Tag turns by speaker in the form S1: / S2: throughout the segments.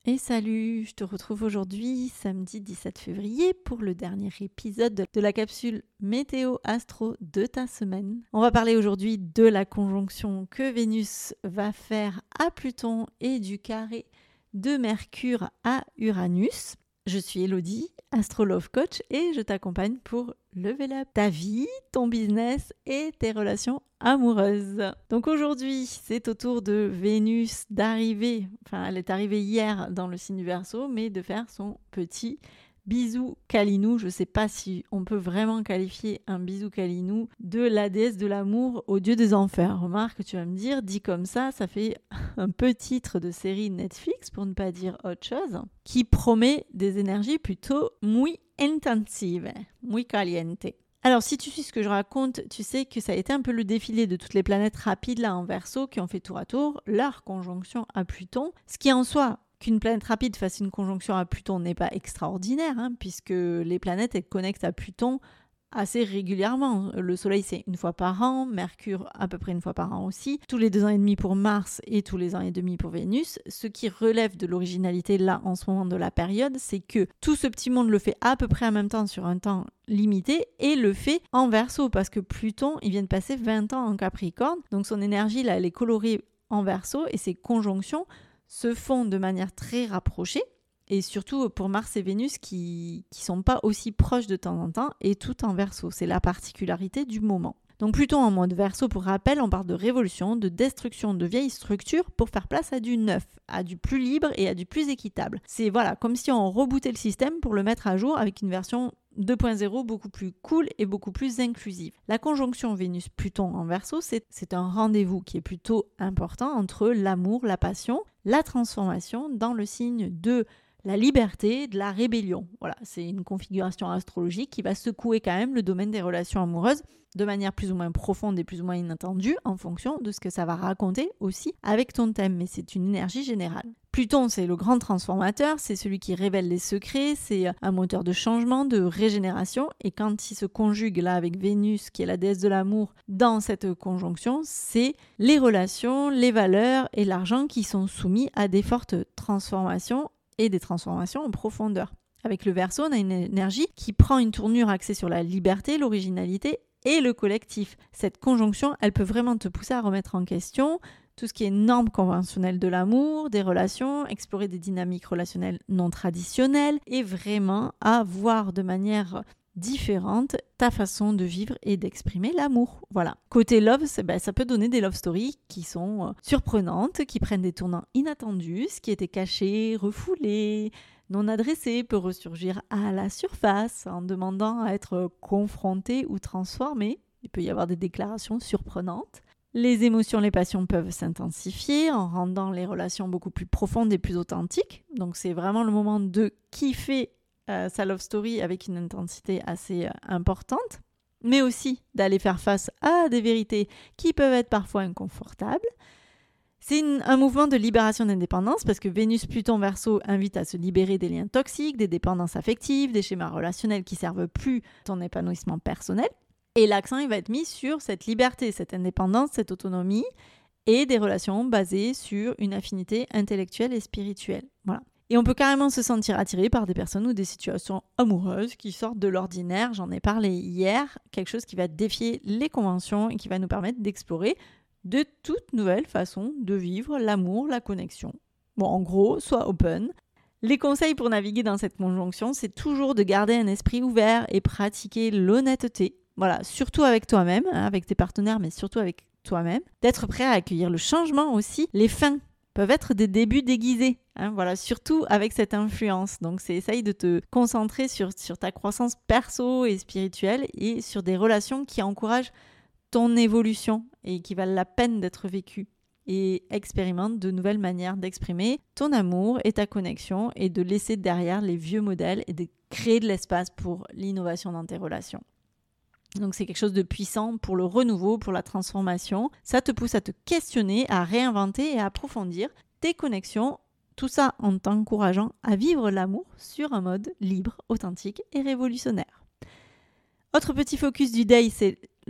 S1: Et salut, je te retrouve aujourd'hui, samedi 17 février, pour le dernier épisode de la capsule Météo Astro de ta semaine. On va parler aujourd'hui de la conjonction que Vénus va faire à Pluton et du carré de Mercure à Uranus. Je suis Elodie, Astrolove Coach, et je t'accompagne pour level up ta vie, ton business et tes relations amoureuses. Donc aujourd'hui, c'est au tour de Vénus d'arriver, elle est arrivée hier dans le signe du Verseau, mais de faire son petit bisou Kalinou. Je ne sais pas si on peut vraiment qualifier un bisou Kalinou de la déesse de l'amour au dieu des enfers. Remarque, tu vas me dire, dit comme ça fait un peu titre de série Netflix, pour ne pas dire autre chose, qui promet des énergies plutôt muy intensives, muy caliente. Alors, si tu suis ce que je raconte, tu sais que ça a été un peu le défilé de toutes les planètes rapides là en Verseau qui ont fait tour à tour leur conjonction à Pluton, ce qui en soi, qu'une planète rapide fasse une conjonction à Pluton n'est pas extraordinaire, puisque les planètes elles connectent à Pluton assez régulièrement. Le Soleil, c'est une fois par an, Mercure à peu près une fois par an aussi, tous les 2 ans et demi pour Mars et tous les ans et demi pour Vénus. Ce qui relève de l'originalité là en ce moment de la période, c'est que tout ce petit monde le fait à peu près en même temps sur un temps limité et le fait en Verseau, parce que Pluton, il vient de passer 20 ans en Capricorne, donc son énergie là, elle est colorée en Verseau et ses conjonctions se font de manière très rapprochée, et surtout pour Mars et Vénus qui sont pas aussi proches de temps en temps, et tout en Verseau. C'est la particularité du moment. Donc Pluton en mode Verseau, pour rappel, on parle de révolution, de destruction de vieilles structures pour faire place à du neuf, à du plus libre et à du plus équitable. C'est comme si on rebootait le système pour le mettre à jour avec une version 2.0 beaucoup plus cool et beaucoup plus inclusive. La conjonction Vénus-Pluton en Verseau, c'est un rendez-vous qui est plutôt important entre l'amour, la passion, la transformation dans le signe de la liberté, de la rébellion. Voilà, c'est une configuration astrologique qui va secouer quand même le domaine des relations amoureuses de manière plus ou moins profonde et plus ou moins inattendue en fonction de ce que ça va raconter aussi avec ton thème, mais c'est une énergie générale. Pluton, c'est le grand transformateur, c'est celui qui révèle les secrets, c'est un moteur de changement, de régénération, et quand il se conjugue là avec Vénus, qui est la déesse de l'amour, dans cette conjonction, c'est les relations, les valeurs et l'argent qui sont soumis à des fortes transformations et des transformations en profondeur. Avec le Verseau, on a une énergie qui prend une tournure axée sur la liberté, l'originalité et le collectif. Cette conjonction, elle peut vraiment te pousser à remettre en question tout ce qui est normes conventionnelles de l'amour, des relations, explorer des dynamiques relationnelles non traditionnelles et vraiment à voir de manière différente ta façon de vivre et d'exprimer l'amour. Voilà. Côté love, ça peut donner des love stories qui sont surprenantes, qui prennent des tournants inattendus, ce qui était caché, refoulé, non adressé peut ressurgir à la surface en demandant à être confronté ou transformé. Il peut y avoir des déclarations surprenantes. Les émotions, les passions peuvent s'intensifier en rendant les relations beaucoup plus profondes et plus authentiques. Donc c'est vraiment le moment de kiffer sa love story avec une intensité assez importante, mais aussi d'aller faire face à des vérités qui peuvent être parfois inconfortables. C'est un mouvement de libération d'indépendance parce que Vénus-Pluton Verseau invite à se libérer des liens toxiques, des dépendances affectives, des schémas relationnels qui servent plus ton épanouissement personnel. Et l'accent, il va être mis sur cette liberté, cette indépendance, cette autonomie et des relations basées sur une affinité intellectuelle et spirituelle. Voilà. Et on peut carrément se sentir attiré par des personnes ou des situations amoureuses qui sortent de l'ordinaire. J'en ai parlé hier, quelque chose qui va défier les conventions et qui va nous permettre d'explorer de toutes nouvelles façons de vivre l'amour, la connexion. Bon, en gros, sois open. Les conseils pour naviguer dans cette conjonction, c'est toujours de garder un esprit ouvert et pratiquer l'honnêteté. Voilà, surtout avec toi-même, avec tes partenaires, mais surtout avec toi-même. D'être prêt à accueillir le changement aussi. Les fins peuvent être des débuts déguisés. Voilà, surtout avec cette influence. Donc, essaye de te concentrer sur ta croissance perso et spirituelle et sur des relations qui encouragent ton évolution et qui valent la peine d'être vécues. Et expérimente de nouvelles manières d'exprimer ton amour et ta connexion et de laisser derrière les vieux modèles et de créer de l'espace pour l'innovation dans tes relations. Donc c'est quelque chose de puissant pour le renouveau, pour la transformation. Ça te pousse à te questionner, à réinventer et à approfondir tes connexions. Tout ça en t'encourageant à vivre l'amour sur un mode libre, authentique et révolutionnaire. Autre petit focus du day, c'est le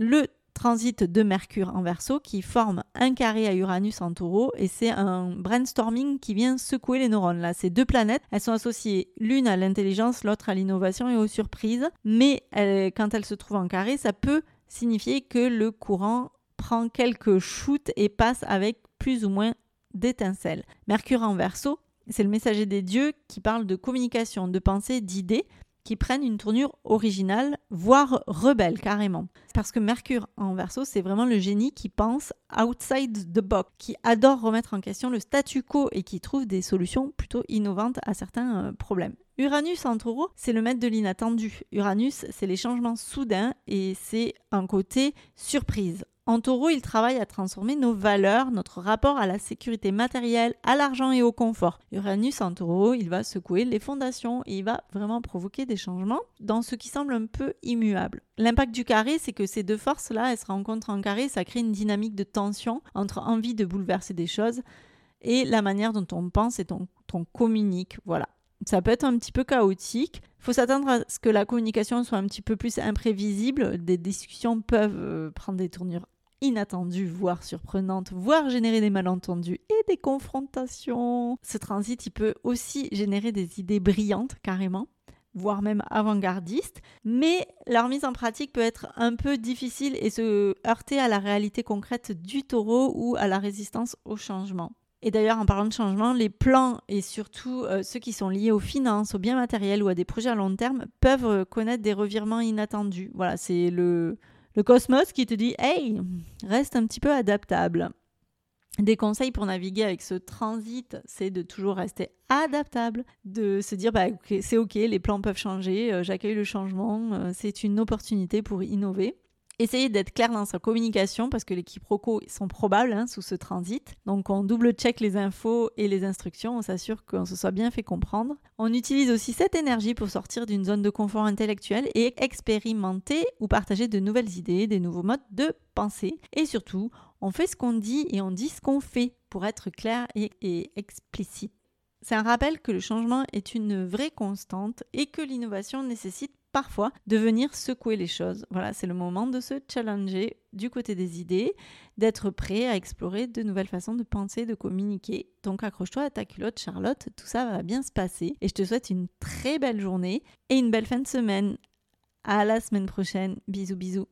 S1: transit de Mercure en Verseau qui forme un carré à Uranus en Taureau et c'est un brainstorming qui vient secouer les neurones. Là, ces deux planètes, elles sont associées l'une à l'intelligence, l'autre à l'innovation et aux surprises, mais quand elles se trouvent en carré, ça peut signifier que le courant prend quelques shoots et passe avec plus ou moins d'étincelles. Mercure en Verseau, c'est le messager des dieux qui parle de communication, de pensée, d'idées qui prennent une tournure originale, voire rebelle carrément. Parce que Mercure en Verseau, c'est vraiment le génie qui pense outside the box, qui adore remettre en question le statu quo et qui trouve des solutions plutôt innovantes à certains problèmes. Uranus en Taureau, c'est le maître de l'inattendu. Uranus, c'est les changements soudains et c'est un côté surprise. En Taureau, il travaille à transformer nos valeurs, notre rapport à la sécurité matérielle, à l'argent et au confort. Uranus en Taureau, il va secouer les fondations et il va vraiment provoquer des changements dans ce qui semble un peu immuable. L'impact du carré, c'est que ces deux forces-là, elles se rencontrent en carré, ça crée une dynamique de tension entre envie de bouleverser des choses et la manière dont on pense et dont on communique. Voilà. Ça peut être un petit peu chaotique. Il faut s'attendre à ce que la communication soit un petit peu plus imprévisible. Des discussions peuvent prendre des tournures inattendues, voire surprenantes, voire générer des malentendus et des confrontations. Ce transit, il peut aussi générer des idées brillantes, carrément, voire même avant-gardistes. Mais leur mise en pratique peut être un peu difficile et se heurter à la réalité concrète du taureau ou à la résistance au changement. Et d'ailleurs, en parlant de changement, les plans et surtout ceux qui sont liés aux finances, aux biens matériels ou à des projets à long terme peuvent connaître des revirements inattendus. Voilà, c'est le cosmos qui te dit « Hey, reste un petit peu adaptable ». Des conseils pour naviguer avec ce transit, c'est de toujours rester adaptable, de se dire okay, c'est ok, les plans peuvent changer, j'accueille le changement, c'est une opportunité pour innover. Essayez d'être clair dans sa communication parce que les quiproquos sont probables sous ce transit. Donc on double-check les infos et les instructions, on s'assure qu'on se soit bien fait comprendre. On utilise aussi cette énergie pour sortir d'une zone de confort intellectuel et expérimenter ou partager de nouvelles idées, des nouveaux modes de pensée. Et surtout, on fait ce qu'on dit et on dit ce qu'on fait pour être clair et explicite. C'est un rappel que le changement est une vraie constante et que l'innovation nécessite parfois de venir secouer les choses. Voilà, c'est le moment de se challenger du côté des idées, d'être prêt à explorer de nouvelles façons de penser, de communiquer. Donc accroche-toi à ta culotte, Charlotte, tout ça va bien se passer. Et je te souhaite une très belle journée et une belle fin de semaine. À la semaine prochaine. Bisous, bisous.